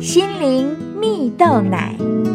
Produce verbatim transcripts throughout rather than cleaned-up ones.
心灵蜜豆奶。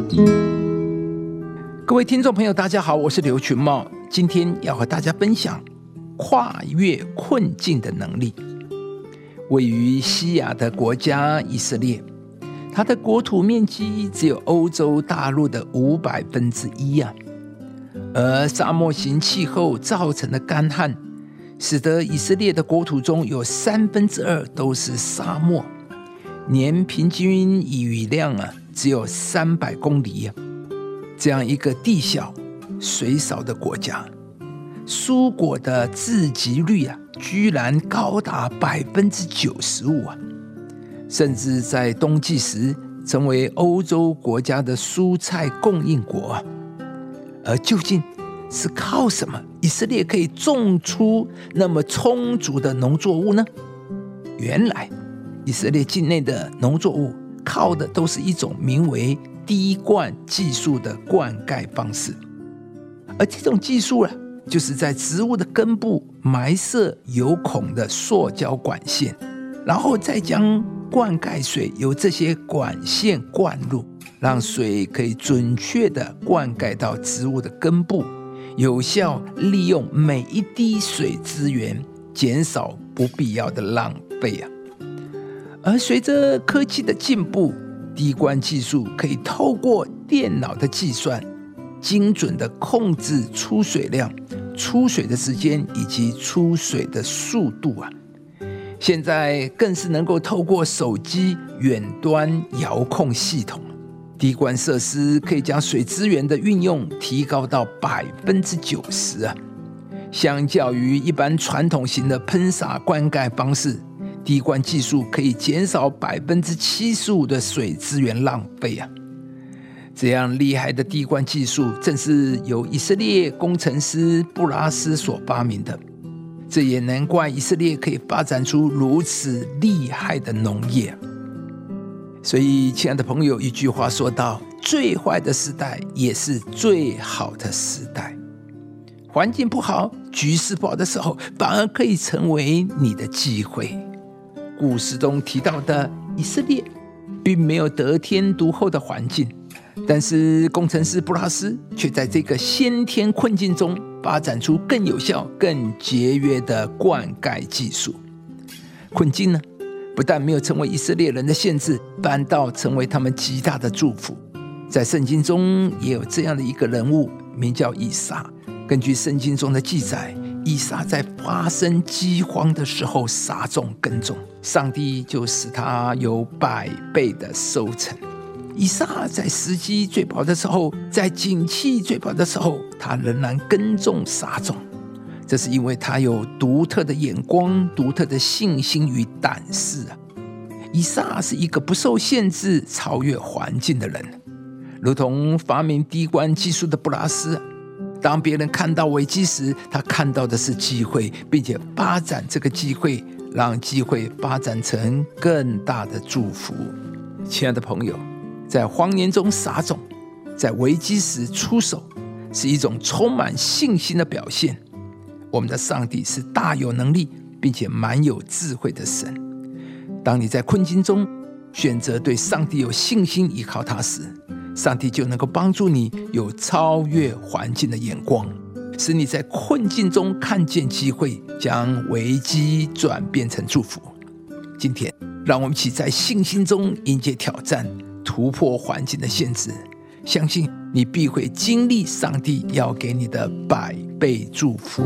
各位听众朋友大家好，我是刘群茂，今天要和大家分享跨越困境的能力。位于西亚的国家以色列，它的国土面积只有欧洲大陆的五百分之一啊，而沙漠型气候造成的干旱，使得以色列的国土中有三分之二都是沙漠，年平均雨量啊只有三百公里啊。这样一个地小水少的国家，蔬果的自给率啊，居然高达百分之九十五啊！甚至在冬季时，成为欧洲国家的蔬菜供应国啊。而究竟是靠什么，以色列可以种出那么充足的农作物呢？原来，以色列境内的农作物靠的都是一种名为滴灌技术的灌溉方式，而这种技术啊，就是在植物的根部埋设有孔的塑胶管线，然后再将灌溉水由这些管线灌入，让水可以准确地灌溉到植物的根部，有效利用每一滴水资源，减少不必要的浪费啊。而随着科技的进步，滴灌技术可以透过电脑的计算，精准地控制出水量、出水的时间以及出水的速度啊。现在更是能够透过手机远端遥控系统，滴灌设施可以将水资源的运用提高到百分之九十啊。相较于一般传统型的喷洒灌溉方式，滴灌技术可以减少百分之七十五的水资源浪费啊！这样厉害的滴灌技术，正是由以色列工程师布拉斯所发明的。这也难怪以色列可以发展出如此厉害的农业。所以，亲爱的朋友，一句话说到：最坏的时代也是最好的时代。环境不好、局势不好的时候，反而可以成为你的机会。故事中提到的以色列并没有得天独厚的环境，但是工程师布拉斯却在这个先天困境中发展出更有效、更节约的灌溉技术。困境呢，不但没有成为以色列人的限制，反倒成为他们极大的祝福。在圣经中也有这样的一个人物，名叫以撒。根据圣经中的记载，以撒在发生饥荒的时候撒种耕种，上帝就使他有百倍的收成。以撒在时机最不好的时候，在景气最不好的时候，他仍然耕种撒种，这是因为他有独特的眼光、独特的信心与胆识啊。以撒是一个不受限制、超越环境的人，如同发明滴灌技术的布拉斯。当别人看到危机时，他看到的是机会，并且发展这个机会，让机会发展成更大的祝福。亲爱的朋友，在荒年中撒种，在危机时出手，是一种充满信心的表现。我们的上帝是大有能力，并且满有智慧的神。当你在困境中选择对上帝有信心，依靠他时，上帝就能够帮助你有超越环境的眼光，使你在困境中看见机会，将危机转变成祝福。今天，让我们一起在信心中迎接挑战，突破环境的限制，相信你必会经历上帝要给你的百倍祝福。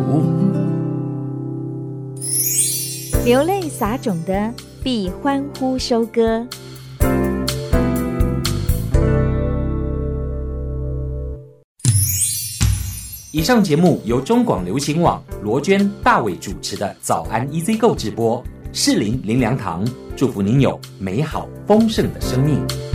流泪撒种的，必欢呼收割。 以上节目由中广流行网罗娟、大伟主持的早安 E Z Go 直播，士林林良堂祝福您有美好丰盛的生命。